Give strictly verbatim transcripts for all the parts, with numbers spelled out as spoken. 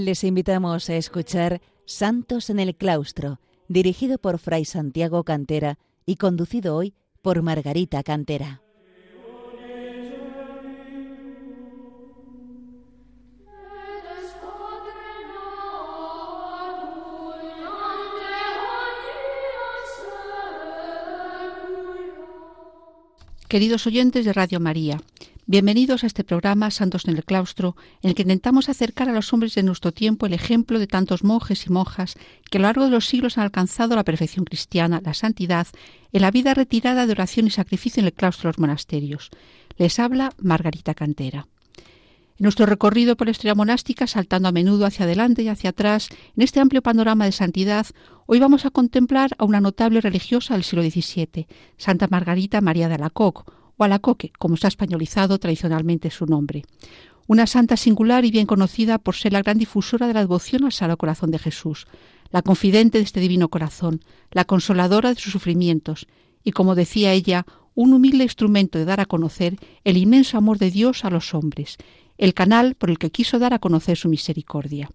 Les invitamos a escuchar Santos en el Claustro, dirigido por Fray Santiago Cantera y conducido hoy por Margarita Cantera. Queridos oyentes de Radio María, bienvenidos a este programa Santos en el Claustro, en el que intentamos acercar a los hombres de nuestro tiempo el ejemplo de tantos monjes y monjas que a lo largo de los siglos han alcanzado la perfección cristiana, la santidad, en la vida retirada de oración y sacrificio en el claustro de los monasterios. Les habla Margarita Cantera. En nuestro recorrido por la historia monástica, saltando a menudo hacia adelante y hacia atrás, en este amplio panorama de santidad, hoy vamos a contemplar a una notable religiosa del siglo diecisiete, Santa Margarita María de Alacoque, o Alacoque, como está españolizado tradicionalmente su nombre. Una santa singular y bien conocida por ser la gran difusora de la devoción al Sagrado Corazón de Jesús, la confidente de este divino corazón, la consoladora de sus sufrimientos, y como decía ella, un humilde instrumento de dar a conocer el inmenso amor de Dios a los hombres, el canal por el que quiso dar a conocer su misericordia.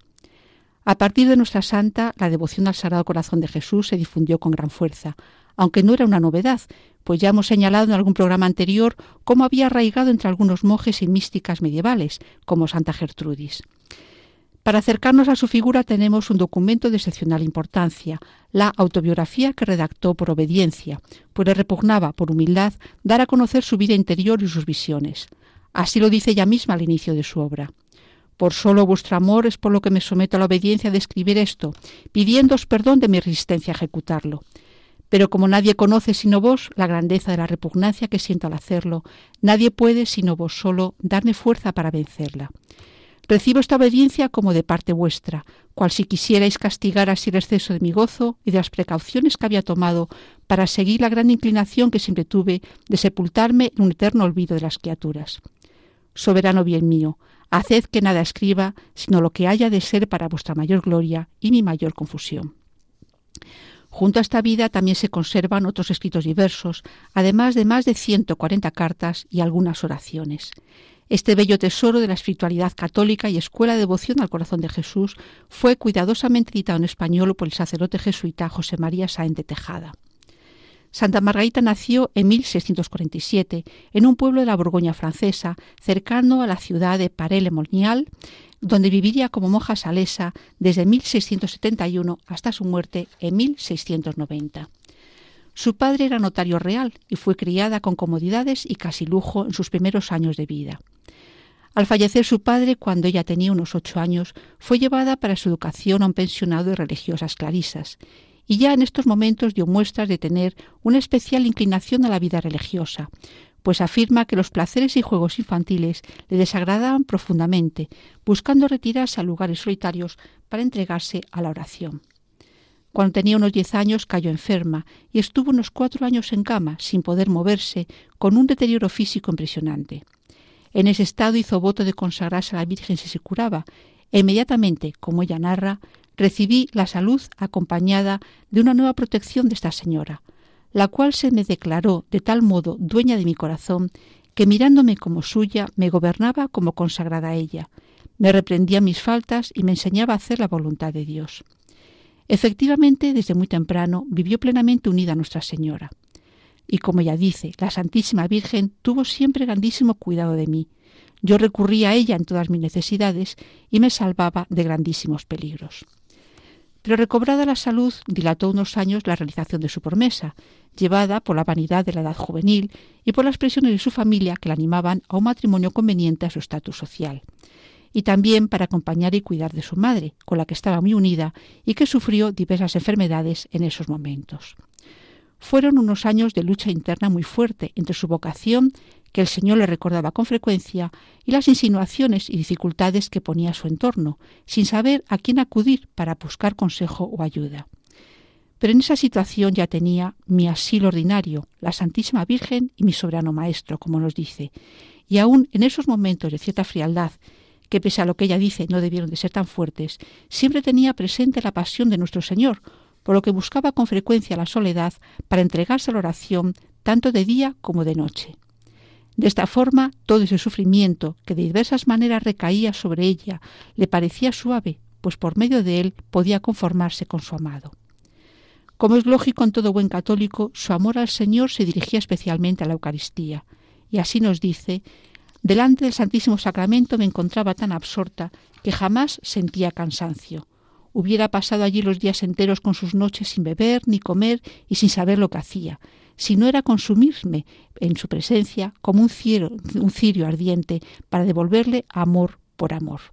A partir de nuestra santa, la devoción al Sagrado Corazón de Jesús se difundió con gran fuerza, aunque no era una novedad, pues ya hemos señalado en algún programa anterior cómo había arraigado entre algunos monjes y místicas medievales, como Santa Gertrudis. Para acercarnos a su figura tenemos un documento de excepcional importancia, la autobiografía que redactó por obediencia, pues le repugnaba, por humildad, dar a conocer su vida interior y sus visiones. Así lo dice ella misma al inicio de su obra. Por solo vuestro amor es por lo que me someto a la obediencia de escribir esto, pidiéndoos perdón de mi resistencia a ejecutarlo. Pero como nadie conoce sino vos la grandeza de la repugnancia que siento al hacerlo, nadie puede sino vos solo darme fuerza para vencerla. Recibo esta obediencia como de parte vuestra, cual si quisierais castigar así el exceso de mi gozo y de las precauciones que había tomado para seguir la gran inclinación que siempre tuve de sepultarme en un eterno olvido de las criaturas. Soberano bien mío, haced que nada escriba, sino lo que haya de ser para vuestra mayor gloria y mi mayor confusión. Junto a esta vida también se conservan otros escritos diversos, además de más de ciento cuarenta cartas y algunas oraciones. Este bello tesoro de la espiritualidad católica y escuela de devoción al corazón de Jesús fue cuidadosamente editado en español por el sacerdote jesuita José María Sáenz de Tejada. Santa Margarita nació en mil seiscientos cuarenta y siete en un pueblo de la Borgoña francesa, cercano a la ciudad de Paray-le-Monial, donde viviría como monja salesa desde mil seiscientos setenta y uno hasta su muerte en mil seiscientos noventa. Su padre era notario real y fue criada con comodidades y casi lujo en sus primeros años de vida. Al fallecer su padre, cuando ella tenía unos ocho años, fue llevada para su educación a un pensionado de religiosas clarisas, y ya en estos momentos dio muestras de tener una especial inclinación a la vida religiosa, pues afirma que los placeres y juegos infantiles le desagradaban profundamente, buscando retirarse a lugares solitarios para entregarse a la oración. Cuando tenía unos diez años cayó enferma y estuvo unos cuatro años en cama, sin poder moverse, con un deterioro físico impresionante. En ese estado hizo voto de consagrarse a la Virgen si se curaba, e inmediatamente, como ella narra, recibí la salud acompañada de una nueva protección de esta señora, la cual se me declaró de tal modo dueña de mi corazón que mirándome como suya me gobernaba como consagrada a ella, me reprendía mis faltas y me enseñaba a hacer la voluntad de Dios. Efectivamente, desde muy temprano vivió plenamente unida a Nuestra Señora. Y como ella dice, la Santísima Virgen tuvo siempre grandísimo cuidado de mí. Yo recurría a ella en todas mis necesidades y me salvaba de grandísimos peligros. Pero recobrada la salud, dilató unos años la realización de su promesa, llevada por la vanidad de la edad juvenil y por las presiones de su familia que la animaban a un matrimonio conveniente a su estatus social, y también para acompañar y cuidar de su madre, con la que estaba muy unida y que sufrió diversas enfermedades en esos momentos. Fueron unos años de lucha interna muy fuerte entre su vocación, que el Señor le recordaba con frecuencia, y las insinuaciones y dificultades que ponía a su entorno, sin saber a quién acudir para buscar consejo o ayuda. Pero en esa situación ya tenía mi asilo ordinario, la Santísima Virgen y mi soberano Maestro, como nos dice, y aún en esos momentos de cierta frialdad, que pese a lo que ella dice no debieron de ser tan fuertes, siempre tenía presente la pasión de nuestro Señor, por lo que buscaba con frecuencia la soledad para entregarse a la oración tanto de día como de noche. De esta forma, todo ese sufrimiento que de diversas maneras recaía sobre ella le parecía suave, pues por medio de él podía conformarse con su amado. Como es lógico en todo buen católico, su amor al Señor se dirigía especialmente a la Eucaristía, y así nos dice: delante del Santísimo Sacramento me encontraba tan absorta que jamás sentía cansancio. Hubiera pasado allí los días enteros con sus noches sin beber ni comer y sin saber lo que hacía, si no era consumirme en su presencia como un cirio, un cirio ardiente para devolverle amor por amor.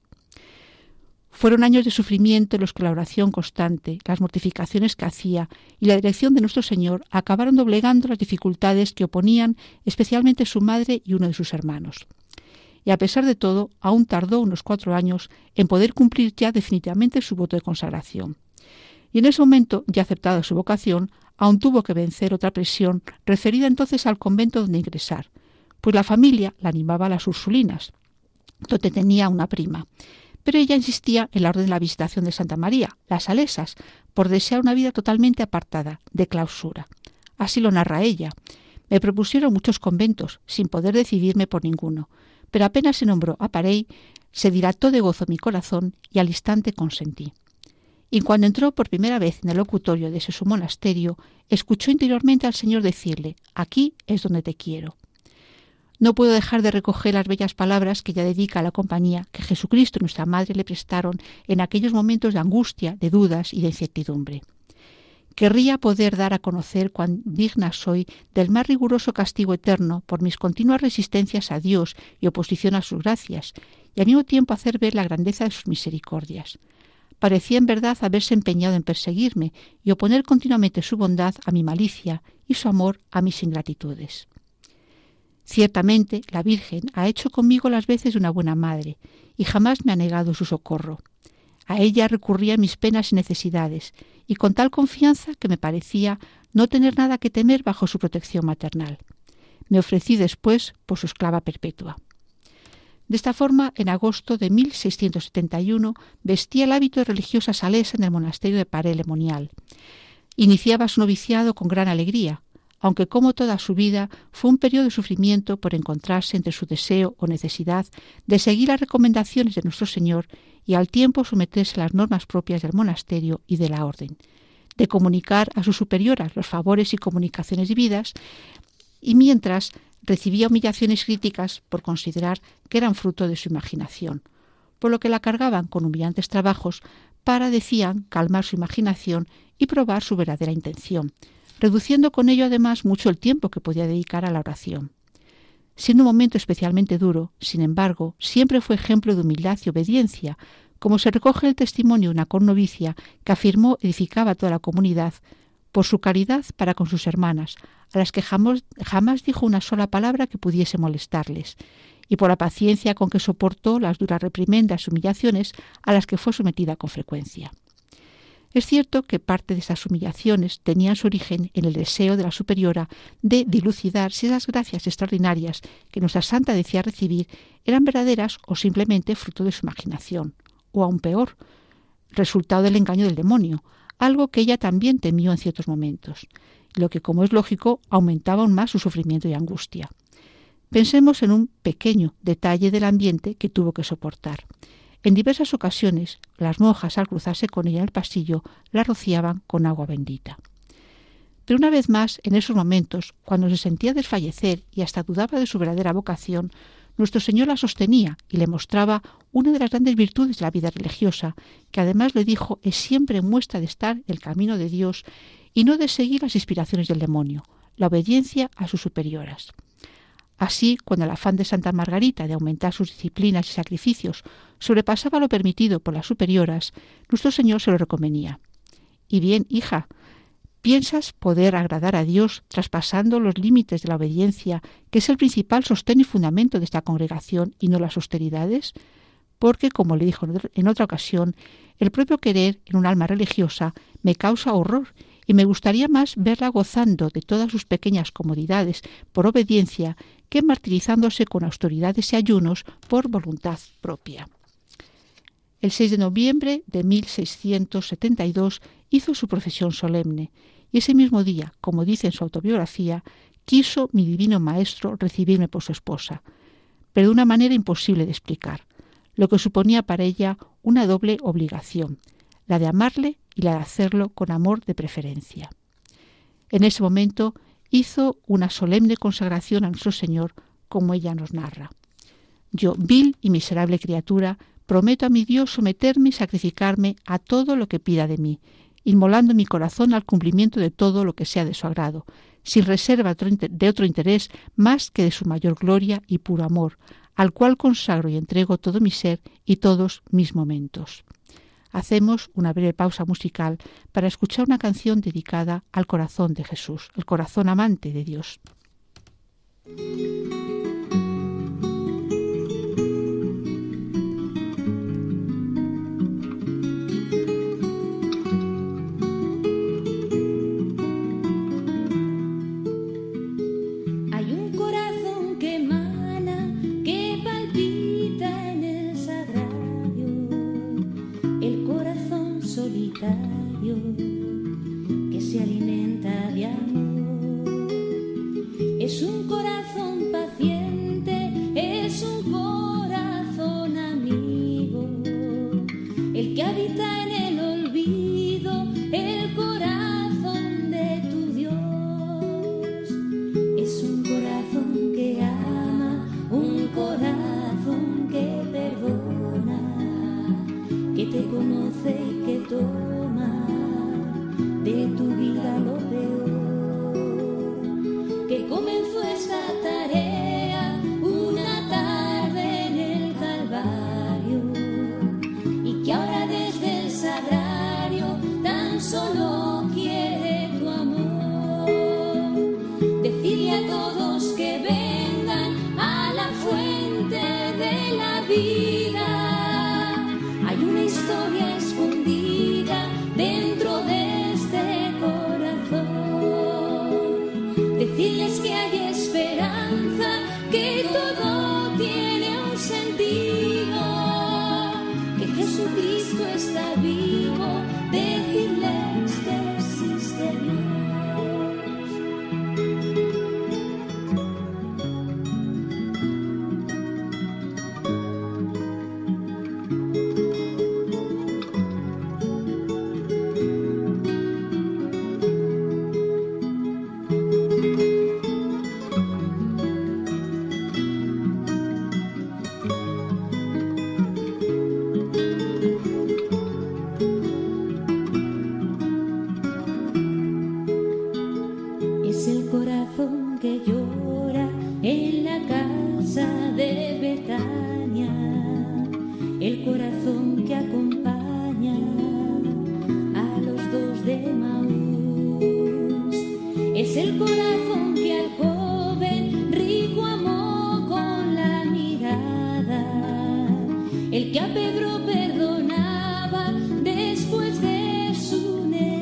Fueron años de sufrimiento en los que la oración constante, las mortificaciones que hacía y la dirección de nuestro Señor acabaron doblegando las dificultades que oponían especialmente su madre y uno de sus hermanos. Y a pesar de todo, aún tardó unos cuatro años en poder cumplir ya definitivamente su voto de consagración. Y en ese momento, ya aceptada su vocación, aún tuvo que vencer otra presión referida entonces al convento donde ingresar, pues la familia la animaba a las Ursulinas, donde tenía una prima. Pero ella insistía en la orden de la Visitación de Santa María, las Salesas, por desear una vida totalmente apartada, de clausura. Así lo narra ella. Me propusieron muchos conventos, sin poder decidirme por ninguno, pero apenas se nombró a Parey, se dilató de gozo mi corazón y al instante consentí. Y cuando entró por primera vez en el locutorio de ese su monasterio, escuchó interiormente al Señor decirle: aquí es donde te quiero. No puedo dejar de recoger las bellas palabras que ella dedica a la compañía que Jesucristo y nuestra Madre le prestaron en aquellos momentos de angustia, de dudas y de incertidumbre. Querría poder dar a conocer cuán digna soy del más riguroso castigo eterno por mis continuas resistencias a Dios y oposición a sus gracias, y al mismo tiempo hacer ver la grandeza de sus misericordias. Parecía en verdad haberse empeñado en perseguirme y oponer continuamente su bondad a mi malicia y su amor a mis ingratitudes. Ciertamente, la Virgen ha hecho conmigo las veces de una buena madre y jamás me ha negado su socorro. A ella recurría en mis penas y necesidades, y con tal confianza que me parecía no tener nada que temer bajo su protección maternal. Me ofrecí después por su esclava perpetua. De esta forma, en agosto de mil seiscientos setenta y uno, vestía el hábito de religiosa salesa en el monasterio de Paré-le-Monial. Iniciaba su noviciado con gran alegría, aunque como toda su vida fue un periodo de sufrimiento por encontrarse entre su deseo o necesidad de seguir las recomendaciones de nuestro Señor y al tiempo someterse a las normas propias del monasterio y de la orden, de comunicar a sus superioras los favores y comunicaciones debidas, y mientras recibía humillaciones críticas por considerar que eran fruto de su imaginación, por lo que la cargaban con humillantes trabajos para, decían, calmar su imaginación y probar su verdadera intención, reduciendo con ello además mucho el tiempo que podía dedicar a la oración. Siendo un momento especialmente duro, sin embargo, siempre fue ejemplo de humildad y obediencia, como se recoge en el testimonio de una connovicia que afirmó edificaba a toda la comunidad por su caridad para con sus hermanas, a las que jamás, jamás dijo una sola palabra que pudiese molestarles, y por la paciencia con que soportó las duras reprimendas y humillaciones a las que fue sometida con frecuencia. Es cierto que parte de estas humillaciones tenían su origen en el deseo de la superiora de dilucidar si esas gracias extraordinarias que nuestra santa decía recibir eran verdaderas o simplemente fruto de su imaginación, o aún peor, resultado del engaño del demonio, algo que ella también temió en ciertos momentos, lo que, como es lógico, aumentaba aún más su sufrimiento y angustia. Pensemos en un pequeño detalle del ambiente que tuvo que soportar. En diversas ocasiones, las monjas, al cruzarse con ella en el pasillo, la rociaban con agua bendita. Pero una vez más, en esos momentos, cuando se sentía desfallecer y hasta dudaba de su verdadera vocación, nuestro Señor la sostenía y le mostraba una de las grandes virtudes de la vida religiosa, que además le dijo es siempre muestra de estar en el camino de Dios y no de seguir las inspiraciones del demonio, la obediencia a sus superioras. Así, cuando el afán de Santa Margarita de aumentar sus disciplinas y sacrificios sobrepasaba lo permitido por las superioras, nuestro Señor se lo recomendía. Y bien, hija, ¿piensas poder agradar a Dios traspasando los límites de la obediencia, que es el principal sostén y fundamento de esta congregación, y no las austeridades? Porque, como le dijo en otra ocasión, el propio querer en un alma religiosa me causa horror, y me gustaría más verla gozando de todas sus pequeñas comodidades por obediencia que martirizándose con austeridades y ayunos por voluntad propia. El seis de noviembre de mil seiscientos setenta y dos hizo su profesión solemne, y ese mismo día, como dice en su autobiografía, quiso mi divino maestro recibirme por su esposa, pero de una manera imposible de explicar, lo que suponía para ella una doble obligación, la de amarle y la de hacerlo con amor de preferencia. En ese momento hizo una solemne consagración a nuestro Señor, como ella nos narra. Yo, vil y miserable criatura, prometo a mi Dios someterme y sacrificarme a todo lo que pida de mí, inmolando mi corazón al cumplimiento de todo lo que sea de su agrado, sin reserva de otro interés más que de su mayor gloria y puro amor, al cual consagro y entrego todo mi ser y todos mis momentos. Hacemos una breve pausa musical para escuchar una canción dedicada al corazón de Jesús, el corazón amante de Dios. Que se alimenta de amor, es un corazón paciente, es un corazón amigo, el que habita en el olvido, el corazón de tu Dios, es un corazón que ama, un corazón que perdona, que te conoce y que toma de tu vida lo peor, que comenzó esta tarea una tarde en el Calvario y que ahora desde el sagrario tan solo quiere tu amor. Decirle a todos que vengan a la fuente de la vida, hay una historia escondida dentro de este corazón. Decirles que hay esperanza, que todo tiene un sentido, que Jesucristo está vivo. Decirles que existe Dios. Que llora en la casa de Betania, el corazón que acompaña a los dos de Maús, es el corazón que al joven rico amó con la mirada, el que a Pedro perdonaba después de su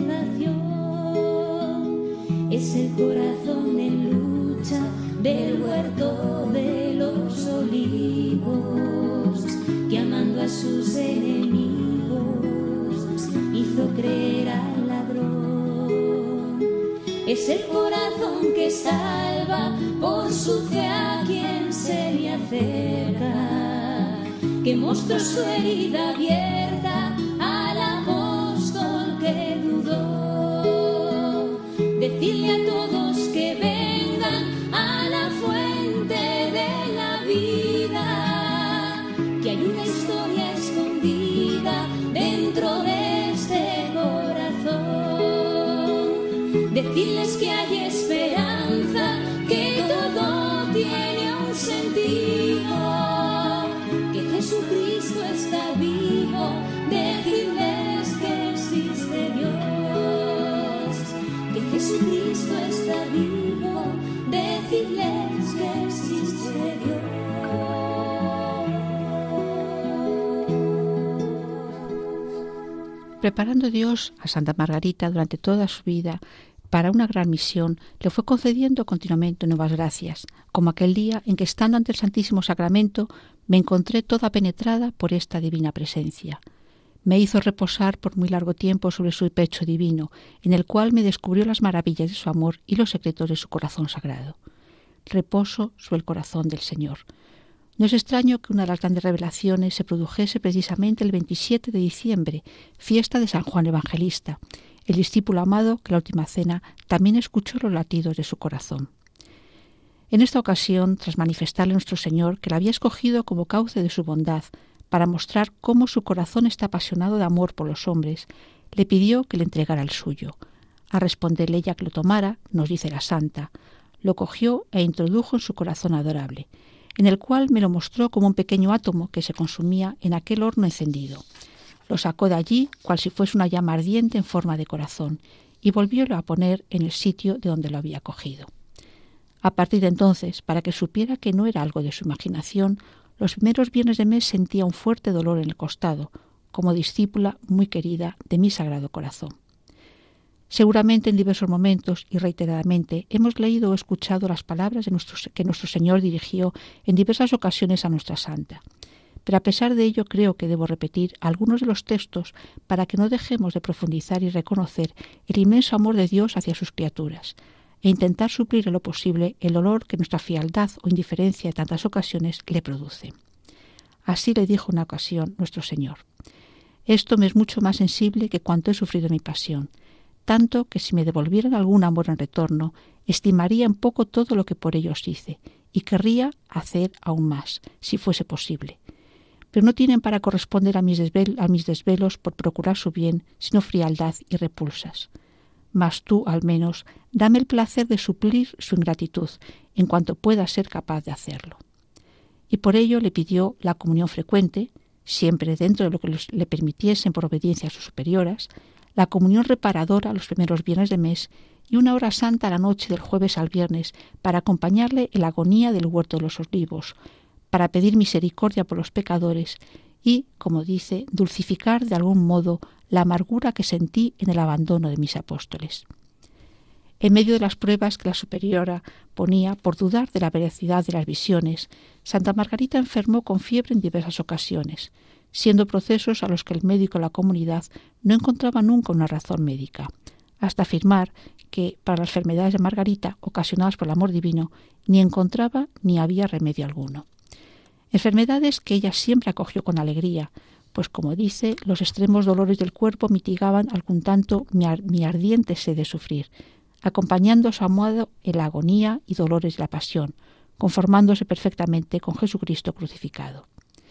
negación, es el corazón en luz del huerto de los olivos, que amando a sus enemigos hizo creer al ladrón. Es el corazón que salva por su fe a quien se le acerca, que mostró su herida abierta al apóstol que dudó. Decirle a todos que vengan a la fuente de la vida, que hay una historia escondida dentro de este corazón. Decirles que hay esperanza, que todo tiene un sentido, que Jesucristo está vivo. Decirles que existe Dios, que Jesucristo está vivo. Decirles que existe Dios. Preparando Dios a Santa Margarita durante toda su vida para una gran misión, le fue concediendo continuamente nuevas gracias, como aquel día en que, estando ante el Santísimo Sacramento, me encontré toda penetrada por esta divina presencia. Me hizo reposar por muy largo tiempo sobre su pecho divino, en el cual me descubrió las maravillas de su amor y los secretos de su corazón sagrado. Reposo sobre el corazón del Señor. No es extraño que una de las grandes revelaciones se produjese precisamente el veintisiete de diciembre, fiesta de San Juan Evangelista, el discípulo amado que la última cena también escuchó los latidos de su corazón. En esta ocasión, tras manifestarle a nuestro Señor que la había escogido como cauce de su bondad, para mostrar cómo su corazón está apasionado de amor por los hombres, le pidió que le entregara el suyo. Al responderle ella que lo tomara, nos dice la santa, lo cogió e introdujo en su corazón adorable, en el cual me lo mostró como un pequeño átomo que se consumía en aquel horno encendido. Lo sacó de allí, cual si fuese una llama ardiente en forma de corazón, y volviólo a poner en el sitio de donde lo había cogido. A partir de entonces, para que supiera que no era algo de su imaginación, los primeros viernes de mes sentía un fuerte dolor en el costado, como discípula muy querida de mi Sagrado Corazón. Seguramente en diversos momentos y reiteradamente hemos leído o escuchado las palabras de nuestro, que nuestro Señor dirigió en diversas ocasiones a nuestra Santa. Pero a pesar de ello creo que debo repetir algunos de los textos para que no dejemos de profundizar y reconocer el inmenso amor de Dios hacia sus criaturas, e intentar suplir en lo posible el dolor que nuestra frialdad o indiferencia en tantas ocasiones le produce. Así le dijo una ocasión nuestro Señor: «Esto me es mucho más sensible que cuanto he sufrido en mi pasión, tanto que si me devolvieran algún amor en retorno, estimaría en poco todo lo que por ellos hice, y querría hacer aún más, si fuese posible. Pero no tienen para corresponder a mis, desvel- a mis desvelos por procurar su bien, sino frialdad y repulsas. Mas tú, al menos, dame el placer de suplir su ingratitud, en cuanto pueda ser capaz de hacerlo». Y por ello le pidió la comunión frecuente, siempre dentro de lo que le permitiesen por obediencia a sus superioras, la comunión reparadora los primeros viernes de mes y una hora santa a la noche del jueves al viernes para acompañarle en la agonía del huerto de los olivos, para pedir misericordia por los pecadores y, como dice, dulcificar de algún modo la amargura que sentí en el abandono de mis apóstoles. En medio de las pruebas que la superiora ponía por dudar de la veracidad de las visiones, Santa Margarita enfermó con fiebre en diversas ocasiones, siendo procesos a los que el médico de la comunidad no encontraba nunca una razón médica, hasta afirmar que para las enfermedades de Margarita, ocasionadas por el amor divino, ni encontraba ni había remedio alguno. Enfermedades que ella siempre acogió con alegría, pues como dice, los extremos dolores del cuerpo mitigaban algún tanto mi, ar- mi ardiente sed de sufrir, acompañando a su amado en la agonía y dolores de la pasión, conformándose perfectamente con Jesucristo crucificado.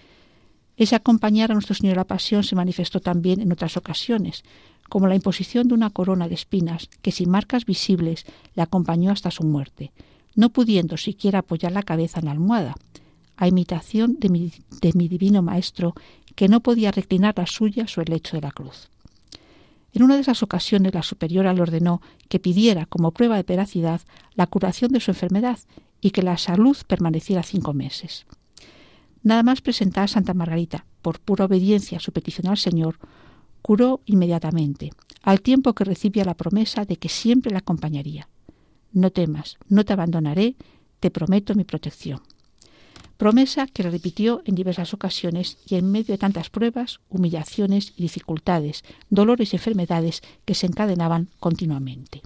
Ese acompañar a nuestro Señor a la pasión se manifestó también en otras ocasiones, como la imposición de una corona de espinas que sin marcas visibles le acompañó hasta su muerte, no pudiendo siquiera apoyar la cabeza en la almohada, a imitación de mi, de mi divino Maestro, que no podía reclinar la suya sobre el lecho de la cruz. En una de esas ocasiones la superiora le ordenó que pidiera como prueba de veracidad la curación de su enfermedad y que la salud permaneciera cinco meses. Nada más presentar a Santa Margarita, por pura obediencia a su petición al Señor, curó inmediatamente, al tiempo que recibía la promesa de que siempre la acompañaría. «No temas, no te abandonaré, te prometo mi protección». Promesa que repitió en diversas ocasiones y en medio de tantas pruebas, humillaciones y dificultades, dolores y enfermedades que se encadenaban continuamente.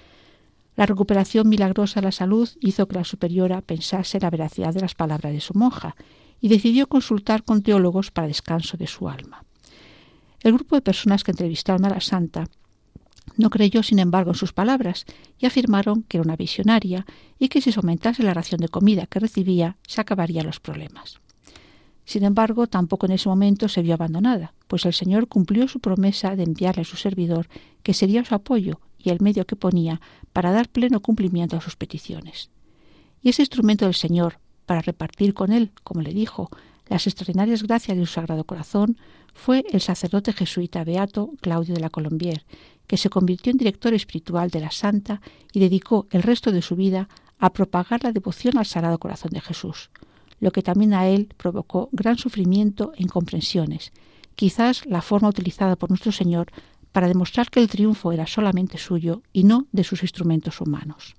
La recuperación milagrosa de la salud hizo que la superiora pensase la veracidad de las palabras de su monja y decidió consultar con teólogos para descanso de su alma. El grupo de personas que entrevistaron a la santa no creyó, sin embargo, en sus palabras y afirmaron que era una visionaria y que si se aumentase la ración de comida que recibía, se acabarían los problemas. Sin embargo, tampoco en ese momento se vio abandonada, pues el Señor cumplió su promesa de enviarle a su servidor, que sería su apoyo y el medio que ponía para dar pleno cumplimiento a sus peticiones. Y ese instrumento del Señor, para repartir con él, como le dijo, las extraordinarias gracias de su Sagrado Corazón, fue el sacerdote jesuita beato Claudio de la Colombière, que se convirtió en director espiritual de la santa y dedicó el resto de su vida a propagar la devoción al Sagrado Corazón de Jesús, lo que también a él provocó gran sufrimiento e incomprensiones, quizás la forma utilizada por nuestro Señor para demostrar que el triunfo era solamente suyo y no de sus instrumentos humanos.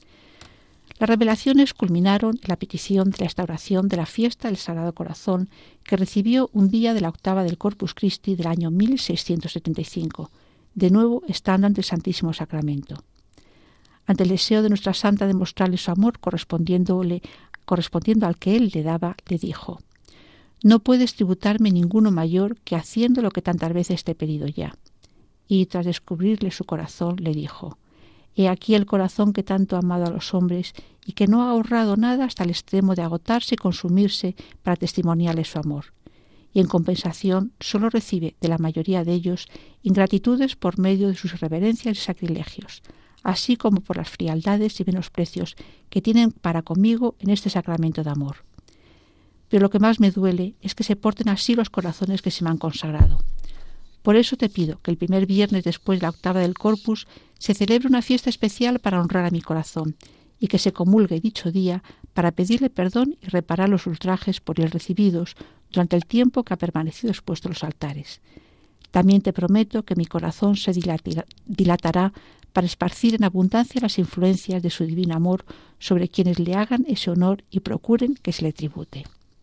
Las revelaciones culminaron en la petición de la instauración de la fiesta del Sagrado Corazón, que recibió un día de la octava del Corpus Christi del año mil seiscientos setenta y cinco, de nuevo estando ante el Santísimo Sacramento. Ante el deseo de nuestra santa de mostrarle su amor, correspondiéndole correspondiendo al que él le daba, le dijo: «No puedes tributarme ninguno mayor que haciendo lo que tantas veces te he pedido ya». Y tras descubrirle su corazón, le dijo: «He aquí el corazón que tanto ha amado a los hombres y que no ha ahorrado nada hasta el extremo de agotarse y consumirse para testimoniarles su amor. Y en compensación solo recibe de la mayoría de ellos ingratitudes por medio de sus irreverencias y sacrilegios, así como por las frialdades y menosprecios que tienen para conmigo en este sacramento de amor. Pero lo que más me duele es que se porten así los corazones que se me han consagrado. Por eso te pido que el primer viernes después de la octava del Corpus se celebre una fiesta especial para honrar a mi corazón y que se comulgue dicho día para pedirle perdón y reparar los ultrajes por él recibidos durante el tiempo que ha permanecido expuesto a los altares. También te prometo que mi corazón se dilatará para esparcir en abundancia las influencias de su divino amor sobre quienes le hagan ese honor y procuren que se le tribute».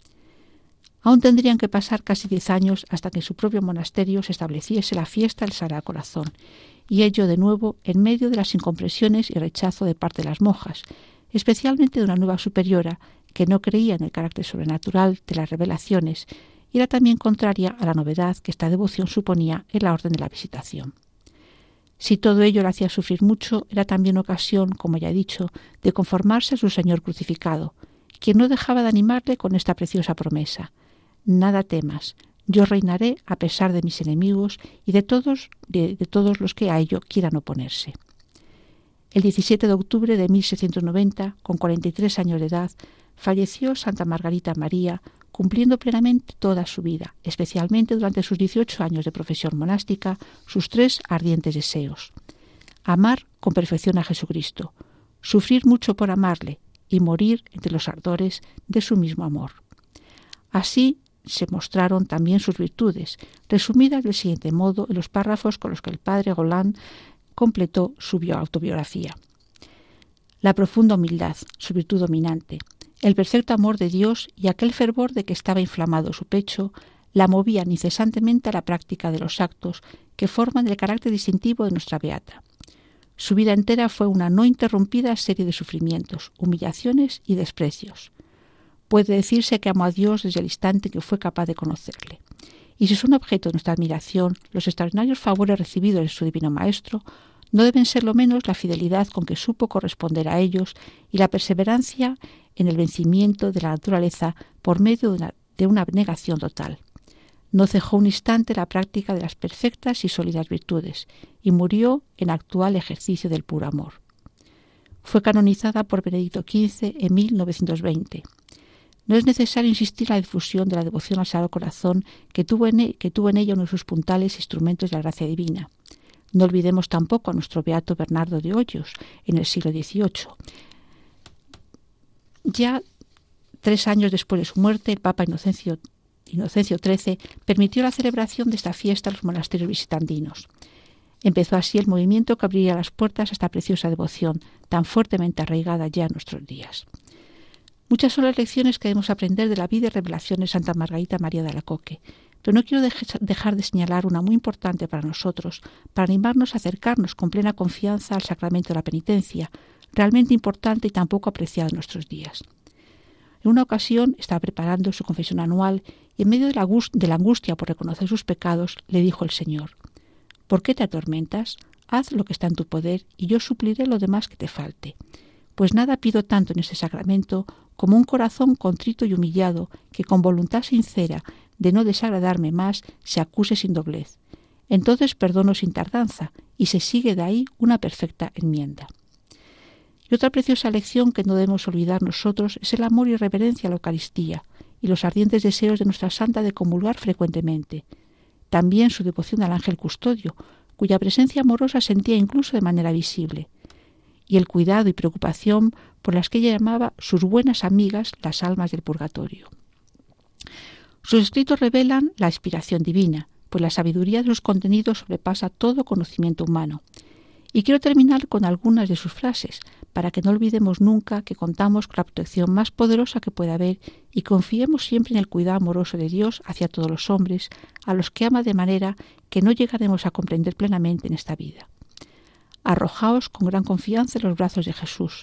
Aún tendrían que pasar casi diez años hasta que en su propio monasterio se estableciese la fiesta del Sagrado Corazón, y ello de nuevo en medio de las incomprensiones y rechazo de parte de las monjas, especialmente de una nueva superiora que no creía en el carácter sobrenatural de las revelaciones y era también contraria a la novedad que esta devoción suponía en la orden de la visitación. Si todo ello le hacía sufrir mucho, era también ocasión, como ya he dicho, de conformarse a su Señor crucificado, quien no dejaba de animarle con esta preciosa promesa: «Nada temas, yo reinaré a pesar de mis enemigos y de todos, de, de todos los que a ello quieran oponerse». El diecisiete de octubre de mil seiscientos noventa, con cuarenta y tres años de edad, falleció Santa Margarita María, cumpliendo plenamente toda su vida, especialmente durante sus dieciocho años de profesión monástica, sus tres ardientes deseos: amar con perfección a Jesucristo, sufrir mucho por amarle y morir entre los ardores de su mismo amor. Así se mostraron también sus virtudes, resumidas del siguiente modo en los párrafos con los que el padre Golán completó su autobiografía: la profunda humildad, su virtud dominante, el perfecto amor de Dios y aquel fervor de que estaba inflamado su pecho, la movían incesantemente a la práctica de los actos que forman el carácter distintivo de nuestra beata. Su vida entera fue una no interrumpida serie de sufrimientos, humillaciones y desprecios. Puede decirse que amó a Dios desde el instante que fue capaz de conocerle. Y si son objeto de nuestra admiración los extraordinarios favores recibidos de su divino Maestro, no deben ser lo menos la fidelidad con que supo corresponder a ellos y la perseverancia en el vencimiento de la naturaleza por medio de una, de una abnegación total. No cejó un instante la práctica de las perfectas y sólidas virtudes y murió en actual ejercicio del puro amor. Fue canonizada por Benedicto quince en mil novecientos veinte. No es necesario insistir en la difusión de la devoción al Sagrado Corazón que tuvo, en e, que tuvo en ella uno de sus puntales instrumentos de la gracia divina. No olvidemos tampoco a nuestro beato Bernardo de Hoyos en el siglo dieciocho. Ya tres años después de su muerte, el Papa Inocencio, Inocencio trece permitió la celebración de esta fiesta en los monasterios visitandinos. Empezó así el movimiento que abriría las puertas a esta preciosa devoción, tan fuertemente arraigada ya en nuestros días. Muchas son las lecciones que debemos aprender de la vida y revelaciones de Santa Margarita María de Alacoque, pero no quiero dejar de señalar una muy importante para nosotros, para animarnos a acercarnos con plena confianza al sacramento de la penitencia, realmente importante y tan poco apreciado en nuestros días. En una ocasión estaba preparando su confesión anual y en medio de la, de la angustia por reconocer sus pecados, le dijo el Señor: «¿Por qué te atormentas? Haz lo que está en tu poder y yo supliré lo demás que te falte. Pues nada pido tanto en este sacramento como un corazón contrito y humillado que con voluntad sincera de no desagradarme más se acuse sin doblez. Entonces perdono sin tardanza y se sigue de ahí una perfecta enmienda». Y otra preciosa lección que no debemos olvidar nosotros es el amor y reverencia a la Eucaristía y los ardientes deseos de nuestra santa de comulgar frecuentemente. También su devoción al ángel custodio, cuya presencia amorosa sentía incluso de manera visible, y el cuidado y preocupación por las que ella llamaba sus buenas amigas, las almas del purgatorio. Sus escritos revelan la inspiración divina, pues la sabiduría de sus contenidos sobrepasa todo conocimiento humano. Y quiero terminar con algunas de sus frases, para que no olvidemos nunca que contamos con la protección más poderosa que pueda haber y confiemos siempre en el cuidado amoroso de Dios hacia todos los hombres, a los que ama de manera que no llegaremos a comprender plenamente en esta vida. Arrojaos con gran confianza en los brazos de Jesús.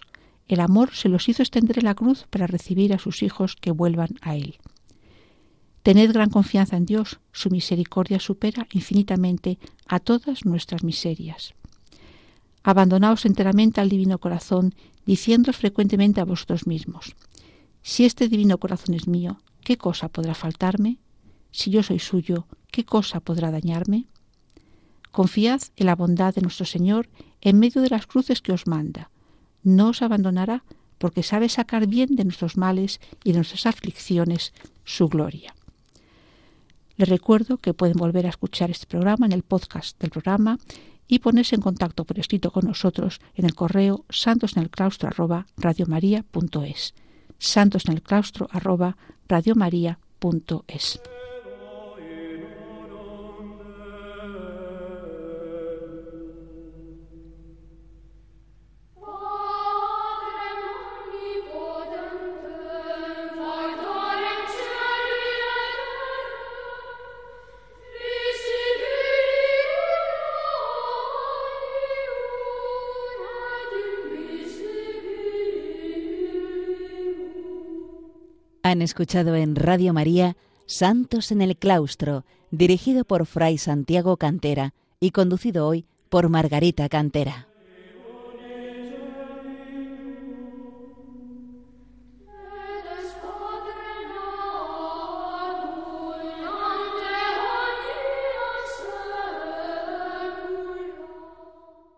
el amor se los hizo extender en la cruz para recibir a sus hijos que vuelvan a Él. Tened gran confianza en Dios, su misericordia supera infinitamente a todas nuestras miserias. Abandonaos enteramente al Divino Corazón, diciéndoos frecuentemente a vosotros mismos: si este Divino Corazón es mío, ¿qué cosa podrá faltarme? Si yo soy suyo, ¿qué cosa podrá dañarme? Confiad en la bondad de nuestro Señor en medio de las cruces que os manda. No os abandonará, porque sabe sacar bien de nuestros males y de nuestras aflicciones su gloria. Les recuerdo que pueden volver a escuchar este programa en el podcast del programa y ponerse en contacto por escrito con nosotros en el correo santosenelclaustro arroba radiomaria punto es. santosenelclaustro arroba radiomaria punto es. Han escuchado en Radio María Santos en el Claustro, dirigido por Fray Santiago Cantera y conducido hoy por Margarita Cantera.